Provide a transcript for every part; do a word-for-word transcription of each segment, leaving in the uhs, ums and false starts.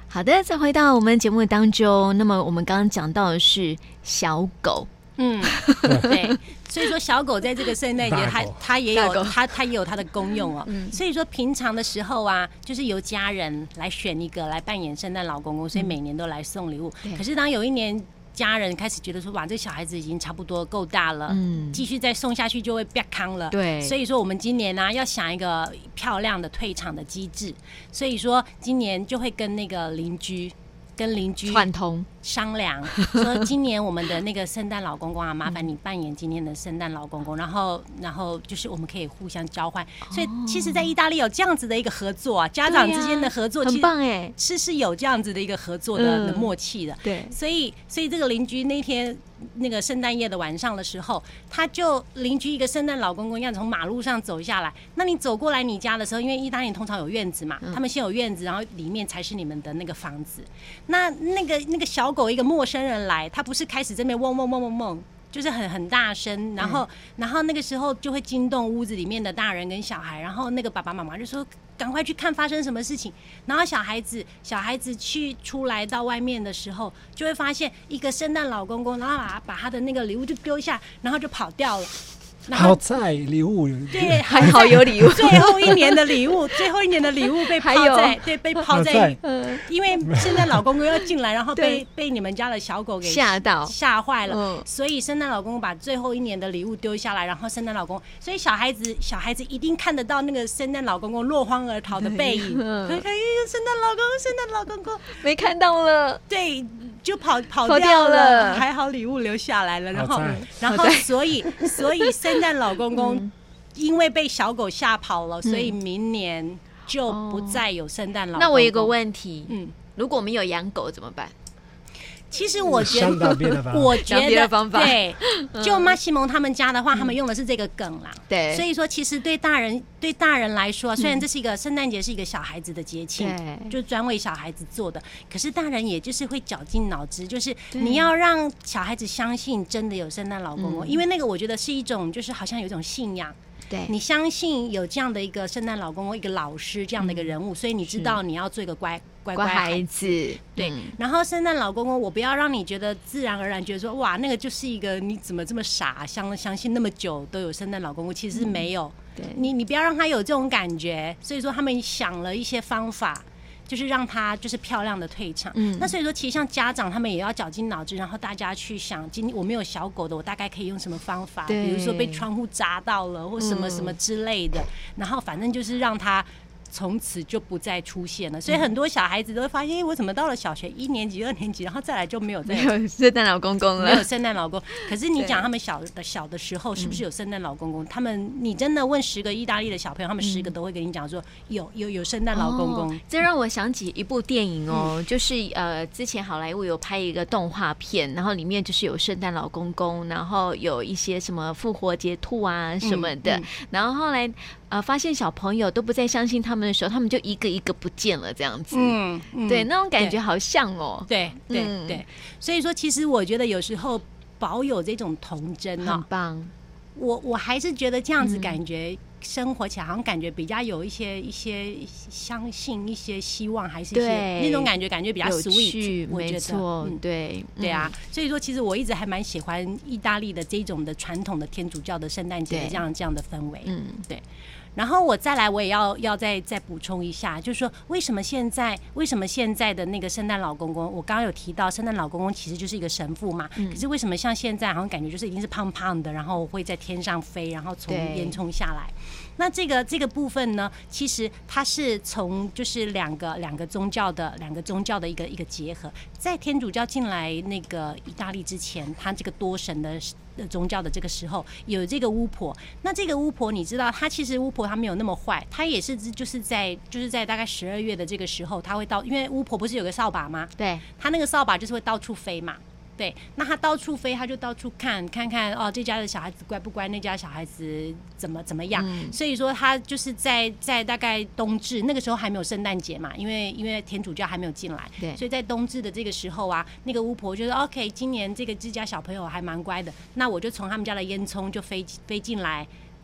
好的，再回到我们节目当中，那么我们刚刚讲到的是小狗， 嗯，对，所以说小狗在这个圣诞节，它它也有它它也有它的功用哦。嗯，所以说平常的时候啊，就是由家人来选一个来扮演圣诞老公公，所以每年都来送礼物。嗯、可是当有一年家人开始觉得说，哇，这小孩子已经差不多够大了，嗯，继续再送下去就会变康了。对，所以说我们今年呢、啊、要想一个漂亮的退场的机制，所以说今年就会跟那个邻居。跟邻居串通商量，说今年我们的那个圣诞老公公啊，麻烦你扮演今年的圣诞老公公，然后然后就是我们可以互相交换。所以其实，在意大利有这样子的一个合作啊，家长之间的合作， 很棒哎， 是是有这样子的一个合作的、嗯、的默契的。 对， 所以所以这个邻居那天那个圣诞夜的晚上的时候，他就邻居一个圣诞老公公一样从马路上走下来。那你走过来你家的时候，因为意大利通常有院子嘛，嗯、他们先有院子，然后里面才是你们的那个房子。那那个那个小狗一个陌生人来，他不是开始这边嗡嗡嗡嗡嗡，就是很很大声，然后、嗯、然后那个时候就会惊动屋子里面的大人跟小孩，然后那个爸爸妈妈就说赶快去看发生什么事情。然后小孩子小孩子去出来到外面的时候，就会发现一个圣诞老公公，然后把把他的那个礼物就丢下，然后就跑掉了。 好在礼物， 对， 还好有礼物。 最后一年的礼物，最后一年的礼物被抛在，对，被抛在，因为圣诞老公公要进来，然后被被你们家的小狗给吓到， 吓坏了，嗯、所以圣诞老公公把最后一年的礼物丢下来，然后圣诞老公，所以小孩子小孩子一定看得到那个圣诞老公公落荒而逃的背影，嗯、可以，圣诞老公公，圣诞老公公没看到了， 对。就跑跑掉 了, 掉了，还好礼物留下来了。然后，然后，所以，所以圣诞老公公因为被小狗吓跑了，所以明年就不再有圣诞老公公。 那我有个问题，嗯，如果我们有养狗怎么办？ 其实我觉得，我觉得对，就马西蒙他们家的话，他们用的是这个梗啦。对，所以说其实对大人对大人来说，虽然这是一个圣诞节是一个小孩子的节庆，就专为小孩子做的，可是大人也就是会绞尽脑汁，就是你要让小孩子相信真的有圣诞老公公，因为那个我觉得是一种就是好像有一种信仰。对，你相信有这样的一个圣诞老公公，一个老师这样的一个人物，所以你知道你要做一个乖乖乖孩子。对，嗯、然后圣诞老公公，我不要让你觉得自然而然觉得说哇，那个就是一个你怎么这么傻，相相信那么久都有圣诞老公公，其实是没有。嗯、对，你你不要让他有这种感觉。所以说他们想了一些方法。就是让他就是漂亮的退场，嗯，那所以说其实像家长他们也要绞尽脑汁，然后大家去想，今天我没有小狗的，我大概可以用什么方法，比如说被窗户砸到了或什么什么之类的，嗯、然后反正就是让他从此就不再出现了。所以很多小孩子都会发现，哎，我怎么到了小学一年级、二年级，然后再来就没有再没有圣诞老公公了， 没有圣诞老公。可是你讲他们小的小的时候是不是有圣诞老公公？他们你真的问十个意大利的小朋友，他们十个都会跟你讲说有有有圣诞老公公。 哦，这让我想起一部电影哦，嗯、就是呃之前好莱坞有拍一个动画片，然后里面就是有圣诞老公公，然后有一些什么复活节兔啊什么的，嗯嗯、然后后来。呃，发现小朋友都不再相信他们的时候，他们就一个一个不见了，这样子。嗯，嗯对，那种感觉好像哦。 对对、嗯、对，所以说，其实我觉得有时候保有这种童真哦， 很棒。 我我还是觉得这样子感觉。生活起来好像感觉比较有一些一些相信一些希望，还是一些那种感觉，感觉比较 sweet， 我觉得，没错， 嗯、对对啊，所以说其实我一直还蛮喜欢意大利的这种的传统的天主教的圣诞节的这样这样的氛围，嗯，对。然后我再来，我也要要再再补充一下，就是说为什么现在为什么现在的那个圣诞老公公，我刚刚有提到圣诞老公公其实就是一个神父嘛，嗯、可是为什么像现在好像感觉就是已经是胖胖的，然后会在天上飞，然后从烟囱下来。那这个这个部分呢，其实它是从就是两个两个宗教的两个宗教的一个一个结合。在天主教进来那个意大利之前，它这个多神的宗教的这个时候，有这个巫婆。那这个巫婆你知道，她其实巫婆她没有那么坏，她也是就是在就是在大概十二月的这个时候，她会到，因为巫婆不是有个扫把吗？对，她那个扫把就是会到处飞嘛。对，那他到处飞，他就到处看看看哦，这家的小孩子乖不乖，那家小孩子怎么怎么样？嗯、所以说他就是在在大概冬至那个时候还没有圣诞节嘛，因为因为天主教还没有进来，对，所以在冬至的这个时候啊，那个巫婆就说 OK， 今年这个这家小朋友还蛮乖的，那我就从他们家的烟囱就飞飞进来。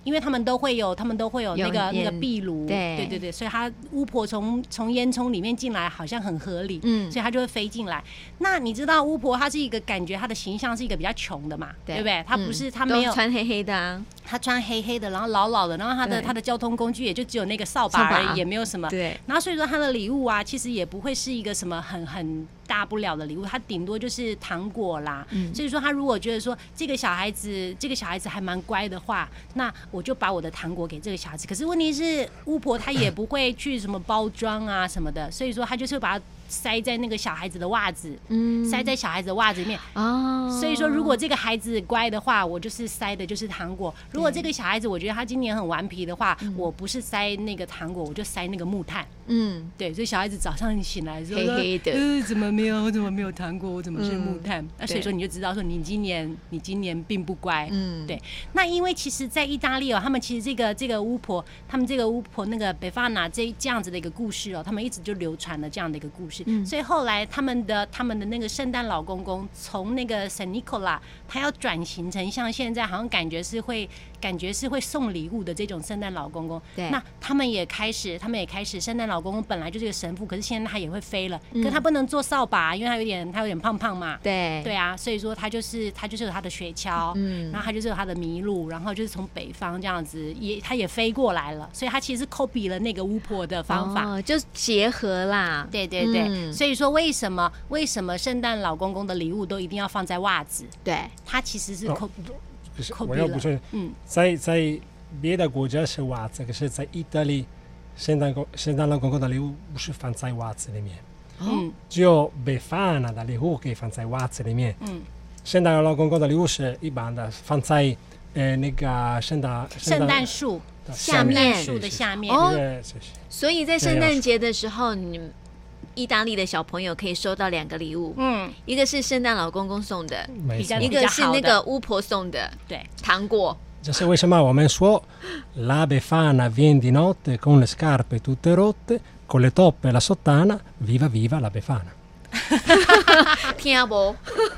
因为他们都会有，他们都会有那个那个壁炉， 对对对对，所以他巫婆从从烟囱里面进来好像很合理，嗯，所以他就会飞进来。那你知道巫婆她是一个感觉，她的形象是一个比较穷的嘛， 对, 对不对？她不是，她、嗯、没有穿黑黑的、啊， 她穿黑黑的，然后老老的，然后她的她的交通工具也就只有那个扫把而已，也没有什么。 对， 然后所以说她的礼物啊，其实也不会是一个什么很很大不了的礼物，她顶多就是糖果啦。嗯，所以说她如果觉得说这个小孩子，这个小孩子还蛮乖的话，那我就把我的糖果给这个小孩子。可是问题是，巫婆她也不会去什么包装啊什么的，所以说她就是把它塞在那个小孩子的袜子，嗯，塞在小孩子的袜子里面。哦，所以说如果这个孩子乖的话，我就是塞的就是糖果；如果这个小孩子我觉得他今年很顽皮的话，嗯、我不是塞那个糖果，我就塞那个木炭。嗯，对，所以小孩子早上醒来的时候， 黑黑的， 呃，怎么没有？我怎么没有糖果？我怎么是木炭？那、嗯啊、所以说你就知道说你今年你今年并不乖。嗯，对。那因为其实，在意大利哦，他们其实这个这个巫婆，他们这个巫婆那个贝法娜这这样子的一个故事哦，他们一直就流传了这样的一个故事。嗯、所以后来他们的他们的那个圣诞老公公，从那个圣尼古拉，他要转型成像现在好像感觉是会感觉是会送礼物的这种圣诞老公公。对，那他们也开始，他们也开始，圣诞老公公本来就是个神父，可是现在他也会飞了，嗯、可是他不能做扫把，因为他有点他有点胖胖嘛。 对， 对啊，所以说他就是他就是有他的雪橇，嗯，然后他就是有他的麋鹿，然后就是从北方这样子也他也飞过来了，所以他其实 copy 了那个巫婆的方法， 哦、就结合啦。 对对对，嗯、所以说为什么为什么圣诞老公公的礼物都一定要放在袜子？对，他其实是 copy、哦。 我要补充，嗯，在在别的国家是袜子，可是在意大利，圣诞公圣诞老公公的礼物不是放在袜子里面，嗯，只有贝法娜的礼物可以放在袜子里面，嗯，圣诞老公公的礼物是一般的放在呃那个圣诞圣诞树下面，树的下面哦，所以在圣诞节的时候，你意大利的小朋友可以收到两个礼物，嗯，一个是圣诞老公公送的，一个是那个巫婆送的，对，糖果。 这是为什么我们说 La Befana viene di notte con le scarpe tutte rotte, con le toppe e la sottana, viva viva la Befana。 听不？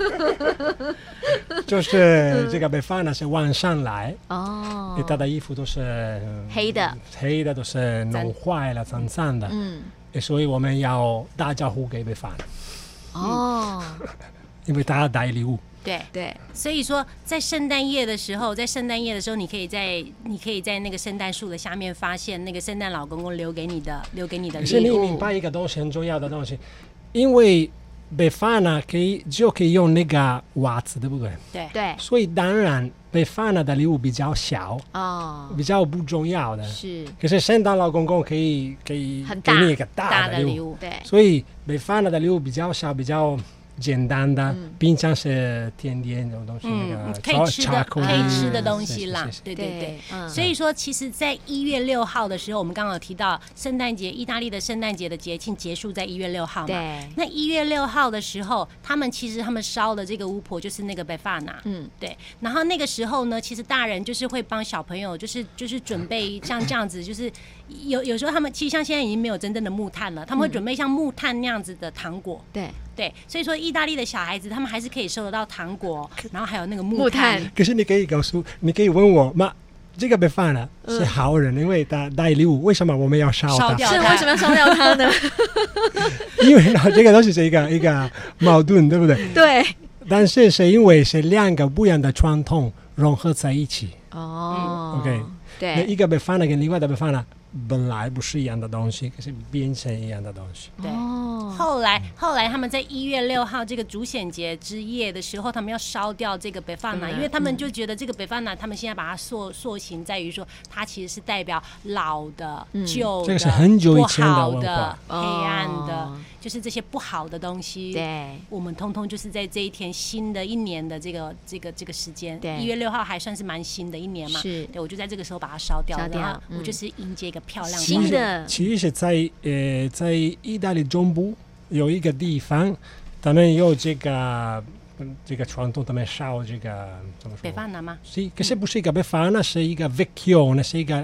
就是这个 Befana 是晚上来哦，他的衣服都是黑的， 黑的都是弄坏了、脏脏的，嗯。所以我们要打招呼给贝法娜哦，因为他带礼物。 对对，所以说在圣诞夜的时候，在圣诞夜的时候，你可以在你可以在那个圣诞树的下面发现那个圣诞老公公留给你的留给你的礼物。 可是你明白一个东西很重要的东西，因为贝法娜可以就可以用那个袜子，对不对？ 对对， 所以当然贝法娜的礼物比较小哦，比较不重要的。是，可是圣诞老公公可以可以给你一个大的礼物， 对， 所以贝法娜的礼物比较小，比较简单的，冰箱是甜点这种东西，那个可以吃的可以吃的东西啦，对对对。所以说，其实，在一月六号的时候，我们刚刚有提到圣诞节，意大利的圣诞节的节庆结束在一月六号嘛。对。那一月六号的时候，他们其实他们烧的这个巫婆就是那个贝法娜，嗯，对。然后那个时候呢，其实大人就是会帮小朋友，就是就是准备像这样子，就是有有时候他们其实像现在已经没有真正的木炭了，他们会准备像木炭那样子的糖果，对。对，所以说意大利的小孩子他们还是可以收得到糖果，然后还有那个木炭。 可是你可以告诉，你可以问我嘛，这个贝法娜是好人，因为他带礼物，为什么我们要烧它？ 是为什么要烧掉它呢？ 因为这个东西是一个一个矛盾，对不对？ 对。 但是是因为是两个不一样的传统融合在一起。哦。嗯、OK。对。那一个贝法娜跟另外的贝法娜本来不是一样的东西，可是变成一样的东西。 对，哦、后来后来他们在一月六号这个主显节之夜的时候，他们要烧掉这个贝法娜，因为他们就觉得这个贝法娜，他们现在把它塑塑形在于说，它其实是代表老的、嗯、旧的、 这个是很久以前的文化，不好的、黑暗的。哦，就是这些不好的东西，对，我们通通就是在这一天新的一年的这个这个这个时间，对，一月六号还算是蛮新的一年嘛，是，对，我就在这个时候把它烧掉，烧掉，然后我就是迎接一个漂亮的新的。 其实在呃在意大利中部有一个地方，他们有这个这个传统，他们烧这个怎么说？ 贝法娜吗？ 是，可是不是一个贝法娜，是一个 vecchione，是一个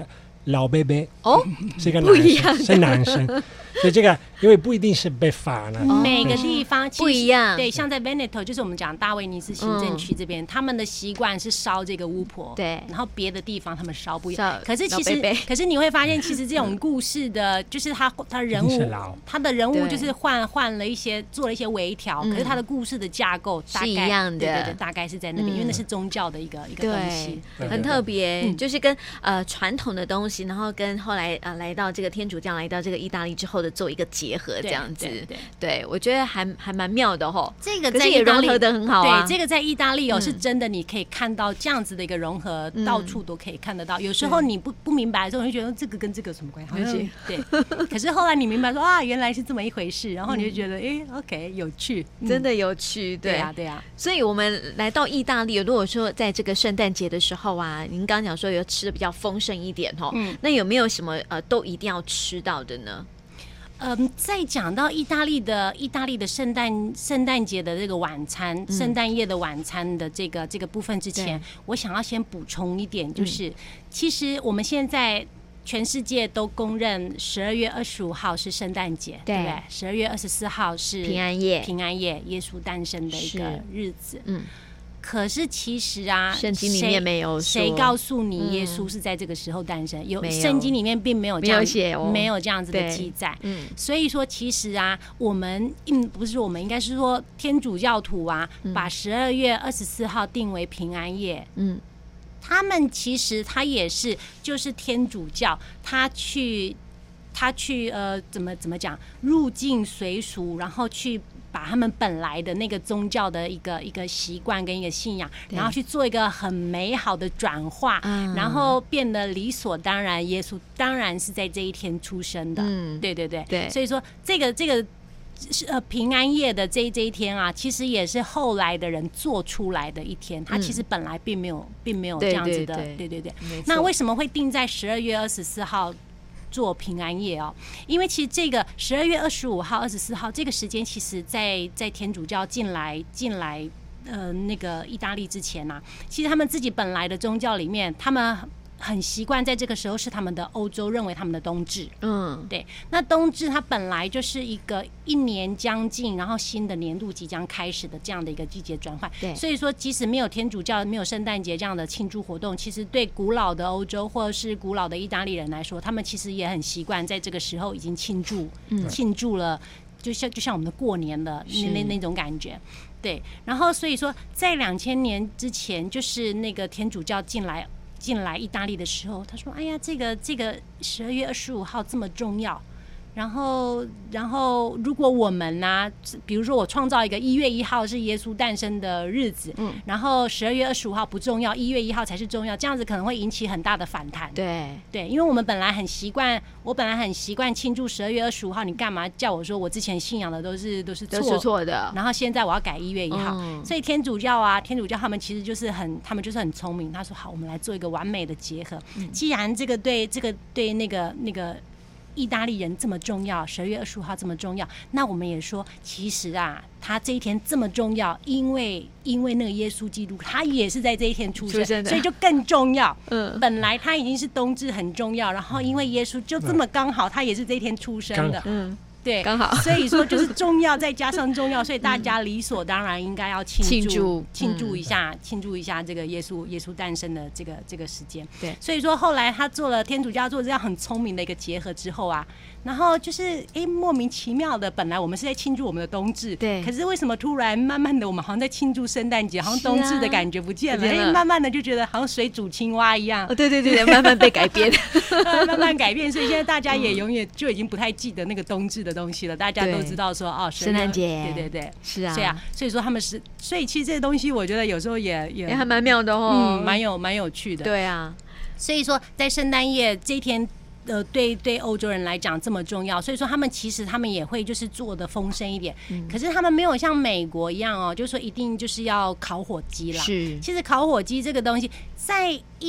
老贝贝哦，是一个男生，是男生，所以这个因为不一定是被罚了， 每个地方不一样。 对，像在 Veneto 就是我们讲大威尼斯行政区这边，嗯、他们的习惯是烧这个巫婆， 对， 然后别的地方他们烧不一样。可是其实，贝贝可是你会发现，其实这种故事的，就是他他人物，他的人物就是换换了一些，做了一些微调，可是他的故事的架构大概是一样的， 对对对，大概是在那边，嗯、因为那是宗教的一个一个东西， 很特别，嗯、就是跟呃传统的东西，然后跟后来呃来到这个天主教，来到这个意大利之后的做一个结合，这样子，对，对对我觉得还还蛮妙的吼。 这个在意大利融合的很好啊， 对，这个在意大利哦、嗯、是真的，你可以看到这样子的一个融合，嗯、到处都可以看得到。有时候你不不明白的时候，你就觉得这个跟这个有什么关系？好像对，可是后来你明白说啊，原来是这么一回事，然后你就觉得哎、嗯欸、，OK， 有趣， 嗯、真的有趣，对啊，对啊。 所以我们来到意大利，如果说在这个圣诞节的时候啊，您刚刚讲说有吃的比较丰盛一点哈，嗯，那有没有什么呃都一定要吃到的呢？ 嗯，在讲到意大利的意大利的圣诞圣诞节的这个晚餐，嗯、圣诞夜的晚餐的这个这个部分之前，我想要先补充一点，就是、嗯、其实我们现在全世界都公认十二月二十五号是圣诞节，对不对？十二月二十四号是平安夜， 平安夜，耶稣诞生的一个日子。嗯。可是其实啊， 圣经里面没有谁告诉你耶稣是在这个时候诞生？嗯、有圣经里面并没有这样，没有写哦，没有这样子的记载。嗯，所以说其实啊，我们嗯不是我们应该是说天主教徒啊，嗯、把十二月二十四号定为平安夜。嗯，他们其实他也是就是天主教，他去他去呃怎么怎么讲入境随俗，然后去。把他们本来的那个宗教的一个一个习惯跟一个信仰，然后去做一个很美好的转化，嗯、然后变得理所当然。耶稣当然是在这一天出生的，嗯，对对对，对。所以说这个这个呃平安夜的这这一天啊，其实也是后来的人做出来的一天，它其实本来并没有并没有这样子的，对对 对, 对, 对。那为什么会定在十二月二十四号？做平安夜哦，因为其实这个十二月二十五号、二十四号这个时间，其实在在天主教进来进来呃那个意大利之前啊，其实他们自己本来的宗教里面，他们很习惯在这个时候是他们的欧洲认为他们的冬至，嗯，对。那冬至它本来就是一个一年将近，然后新的年度即将开始的这样的一个季节转换。对，所以说即使没有天主教、没有圣诞节这样的庆祝活动，其实对古老的欧洲或者是古老的意大利人来说，他们其实也很习惯在这个时候已经庆祝，嗯，庆祝了，就像就像我们的过年的那那那种感觉。对，然后所以说在两千年之前，就是那个天主教进来。进来意大利的时候，他说：“哎呀，这个这个十二月二十五号这么重要。然后，然后如果我们呢、啊，比如说我创造一个一月一号是耶稣诞生的日子，嗯，然后十二月二十五号不重要，一月一号才是重要，这样子可能会引起很大的反弹。对对，因为我们本来很习惯，我本来很习惯庆祝十二月二十五号，你干嘛叫我说我之前信仰的都是都是错都是错的， 然后现在我要改一月一号、嗯，所以天主教啊，天主教他们其实就是很，他们就是很聪明，他说好，我们来做一个完美的结合。嗯、既然这个对这个对那个那个。意大利人这么重要，十二月二十五号这么重要，那我们也说，其实啊，他这一天这么重要，因为因为那个耶稣基督，他也是在这一天出生，所以就更重要。嗯，本来他已经是冬至很重要，然后因为耶稣就这么刚好，他也是这一天出生的。嗯。对，刚好，所以说就是重要再加上重要，所以大家理所当然应该要庆祝庆祝一下，庆祝一下这个耶稣耶稣诞生的这个这个时间。对，所以说后来他做了天主教做这样很聪明的一个结合之后啊，然后就是哎莫名其妙的，本来我们是在庆祝我们的冬至，对，可是为什么突然慢慢的我们好像在庆祝圣诞节，好像冬至的感觉不见了，哎，慢慢的就觉得好像水煮青蛙一样。哦，对对对，慢慢被改变，慢慢改变，所以现在大家也永远就已经不太记得那个冬至的东西了，大家都知道说哦，圣诞节，对对对，是啊，是啊，所以说他们是，所以其实这些东西我觉得有时候也也还蛮妙的哦， 嗯，蛮有蛮有趣的， 对啊， 所以说在圣诞夜这一天。呃，对对，欧洲人来讲这么重要，所以说他们其实他们也会就是做的丰盛一点、嗯，可是他们没有像美国一样哦，就是说一定就是要烤火鸡啦。是，其实烤火鸡这个东西，在一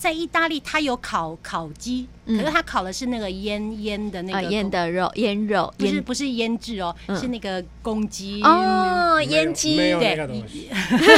在意大利它有烤烤鸡，可是它烤的是那个腌腌的那个腌的肉，腌肉不是不是腌制哦，是那个公鸡哦，腌鸡没有那个东西，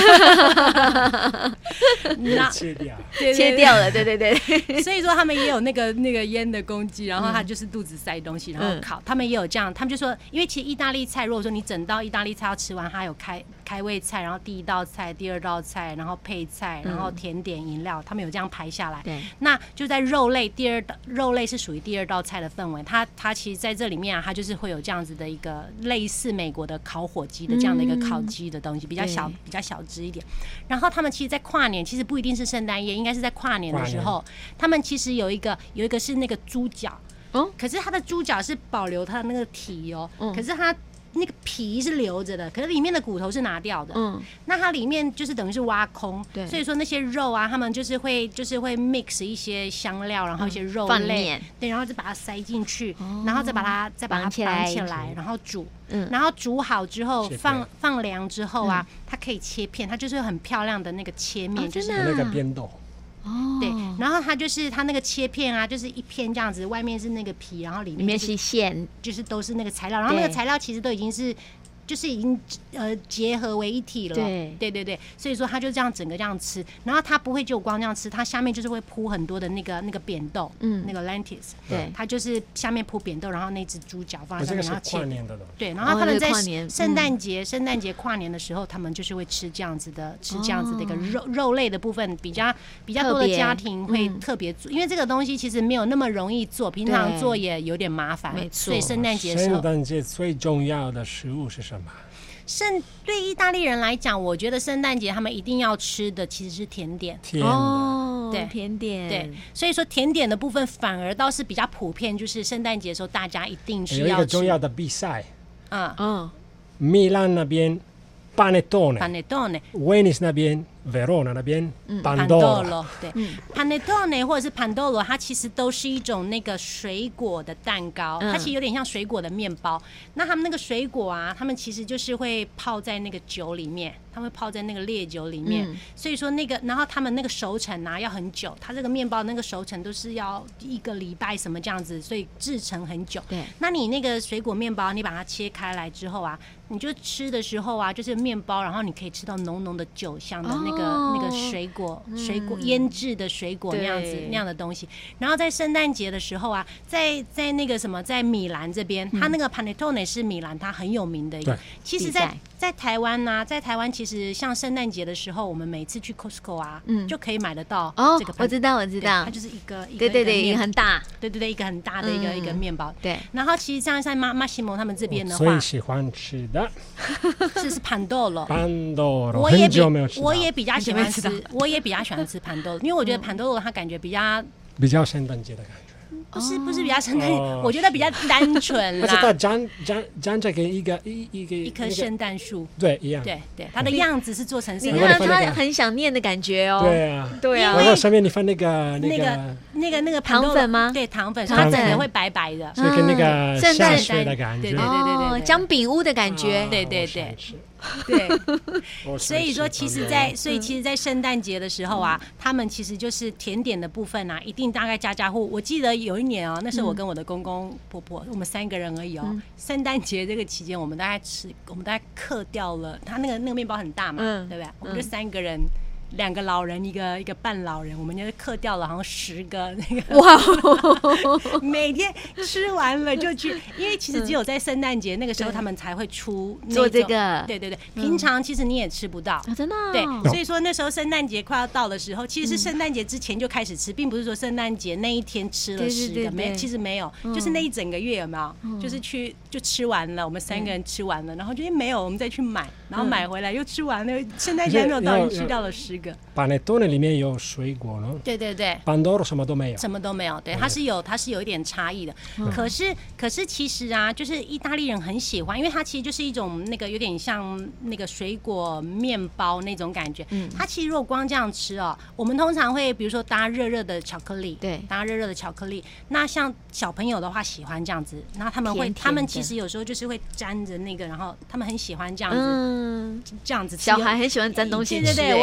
切掉， 切掉了，对对对。 所以说他们也有那个那个腌的公鸡，然后它就是肚子塞东西，然后烤。他们也有这样，他们就说，因为其实意大利菜，如果说你整道意大利菜要吃完，它有开开胃菜，然后第一道菜、第二道菜，然后配菜，然后甜点、饮料，他们有这样排下来。 对， 那就在肉类，第二道肉类是属于第二道菜的氛围。它它其实在这里面啊，它就是会有这样子的一个类似美国的烤火鸡的这样的一个烤鸡的东西，比较小比较小只一点。然后他们其实，在跨年，其实不一定是圣诞夜，应该是在跨年的时候，他们其实有一个有一个是那个猪脚。哦，可是它的猪脚是保留它的那个蹄哦，嗯、可是它那个皮是留着的，可是里面的骨头是拿掉的。嗯，那它里面就是等于是挖空，对，所以说那些肉啊，他们就是会就是会 mix 一些香料，然后一些肉类，对，然后再把它塞进去，哦、然后再把它再把它绑起来，然后煮。嗯，然后煮好之后放放凉之后啊，嗯、它可以切片，它就是很漂亮的那个切面，哦、就是那个边豆。 哦，对，然后它就是它那个切片啊，就是一片这样子，外面是那个皮，然后里面、就是、 里面是馅， 就是都是那个材料，然后那个材料其实都已经是。就是已经呃结合为一体了，对对对对，所以说它就这样整个这样吃，然后它不会就光这样吃，它下面就是会铺很多的那个那个扁豆，嗯，那个 lentils， 对，它就是下面铺扁豆，然后那只猪脚放在上面，然后切，对，然后他们在圣诞节圣诞节跨年的时候，他们就是会吃这样子的吃这样子的一个肉肉类的部分，比较比较多的家庭会特别做，因为这个东西其实没有那么容易做，平常做也有点麻烦，没错，所以圣诞节圣诞节最重要的食物是什么？ 圣对意大利人来讲，我觉得圣诞节他们一定要吃的其实是甜点。 甜哦，对，甜点。 对，所以说甜点的部分反而倒是比较普遍，就是圣诞节的时候大家一定是要吃。 有一个重要的比赛，嗯嗯，米兰那边 panettone，panettone， 威尼斯那边。Verona 那边 Pandoro， 对，嗯 Panettone 或者是 Pandoro， 它其实都是一种那个水果的蛋糕，它其实有点像水果的面包。那他们那个水果啊，他们其实就是会泡在那个酒里面，他们会泡在那个烈酒里面。嗯、所以说那个，然后他们那个熟成啊要很久，它这个面包那个熟成都是要一个礼拜什么这样子，所以制成很久。对，那你那个水果面包，你把它切开来之后啊，你就吃的时候啊，就是面包，然后你可以吃到浓浓的酒香的那个。那个那个水果水果腌制的水果那样子那样的东西，然后在圣诞节的时候啊，在在那个什么，在米兰这边，它那个 Panettone 是米兰它很有名的一个。其实在，在在台湾呢、啊，在台湾其实像圣诞节的时候，我们每次去 Costco 啊，嗯、就可以买得到这个。 哦，我知道，我知道， 它就是一个一个对对对，一个很大， 对对对，一个很大的一个、嗯、一个面包。对，然后其实像在马马西蒙他们这边的话， 最喜欢吃的是是 Pandoro，Pandoro， 我也很久没有吃到， 我也比较喜欢吃，我也比较喜欢吃盘豆，因为我觉得盘豆它感觉比较比较圣诞节的感觉。 不是不是比较圣诞，哦、我觉得比较单纯啦。 而且它长长长着跟一个一一个一棵圣诞树， 对一样。 对对，它的样子是做成圣诞。你看它很想念的感觉哦。 对啊对啊。 然后上面你放那个那个那个那个糖粉吗？ 对，糖粉，它整个会白白的， 所以跟那个下雪的感觉， 对对对对对， 姜饼屋的感觉， 对对对。对，所以说其实在，所以其实，在圣诞节的时候啊，他们其实就是甜点的部分啊，一定大概家家户。我记得有一年啊，那时候我跟我的公公婆婆，我们三个人而已哦。圣诞节这个期间，我们大概吃，我们大概嗑掉了，他那个那个面包很大嘛，对不对？我们就三个人。两个老人，一个一个半老人，我们就嗑掉了好像十个那个哇，每天吃完了就去，因为其实只有在圣诞节那个时候他们才会出做这个， 对对对，平常其实你也吃不到， 啊、真的、哦， 对，所以说那时候圣诞节快要到的时候，其实是圣诞节之前就开始吃，并不是说圣诞节那一天吃了十个，没，其实没有，就是那一整个月有没有？嗯、就是去就吃完了，我们三个人吃完了，然后就没有，我们再去买，然后买回来又吃完了，圣诞节还没有到，已经吃掉了十个。 Panettone 里面有水果呢， 对对对 ，Pandoro 什么都没有， 什么都没有，对，它是有，它是有一点差异的。嗯、可是，可是其实啊，就是意大利人很喜欢，因为它其实就是一种那个有点像那个水果面包那种感觉。嗯，它其实如果光这样吃哦，我们通常会比如说搭热热的巧克力，对，搭热热的巧克力。那像小朋友的话喜欢这样子，然后他们会，甜甜他们其实有时候就是会沾着那个，然后他们很喜欢这样子，嗯、这样子吃。 小孩很喜欢沾东西吃， 对对对，我我有时候觉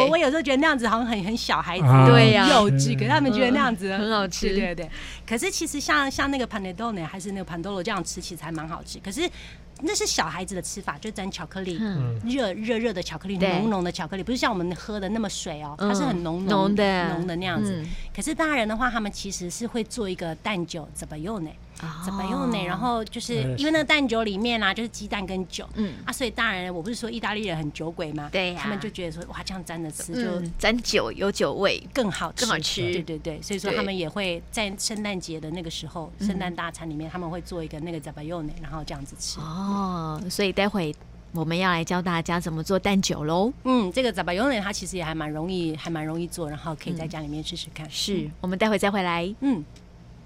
得那样子好像很很小孩子， 对呀， 幼稚，可是他们觉得那样子很好吃， 对对对。可是其实像像那个 panettone 还是那个 pandoro 这样吃，其实还蛮好吃。可是那是小孩子的吃法，就沾巧克力，热热热的巧克力，浓浓的巧克力，不是像我们喝的那么水哦，它是很浓浓的浓的那样子。可是大人的话，他们其实是会做一个蛋酒 zabaione。zabaione， 然后就是因为那个蛋酒里面啊，就是鸡蛋跟酒，嗯啊，所以大人我不是说意大利人很酒鬼嘛， 对、啊， 他们就觉得说哇，这样沾着吃就、 嗯、沾酒有酒味更好吃， 更好吃， 对对对，所以说他们也会在圣诞节的那个时候，圣诞大餐里面他们会做一个那个 zabaione， 然后这样子吃。 哦，所以待会我们要来教大家怎么做蛋酒喽。 嗯，这个 zabaione 它其实也还蛮容易，还蛮容易做，然后可以在家里面试试看。 是，我们待会再回来。 嗯。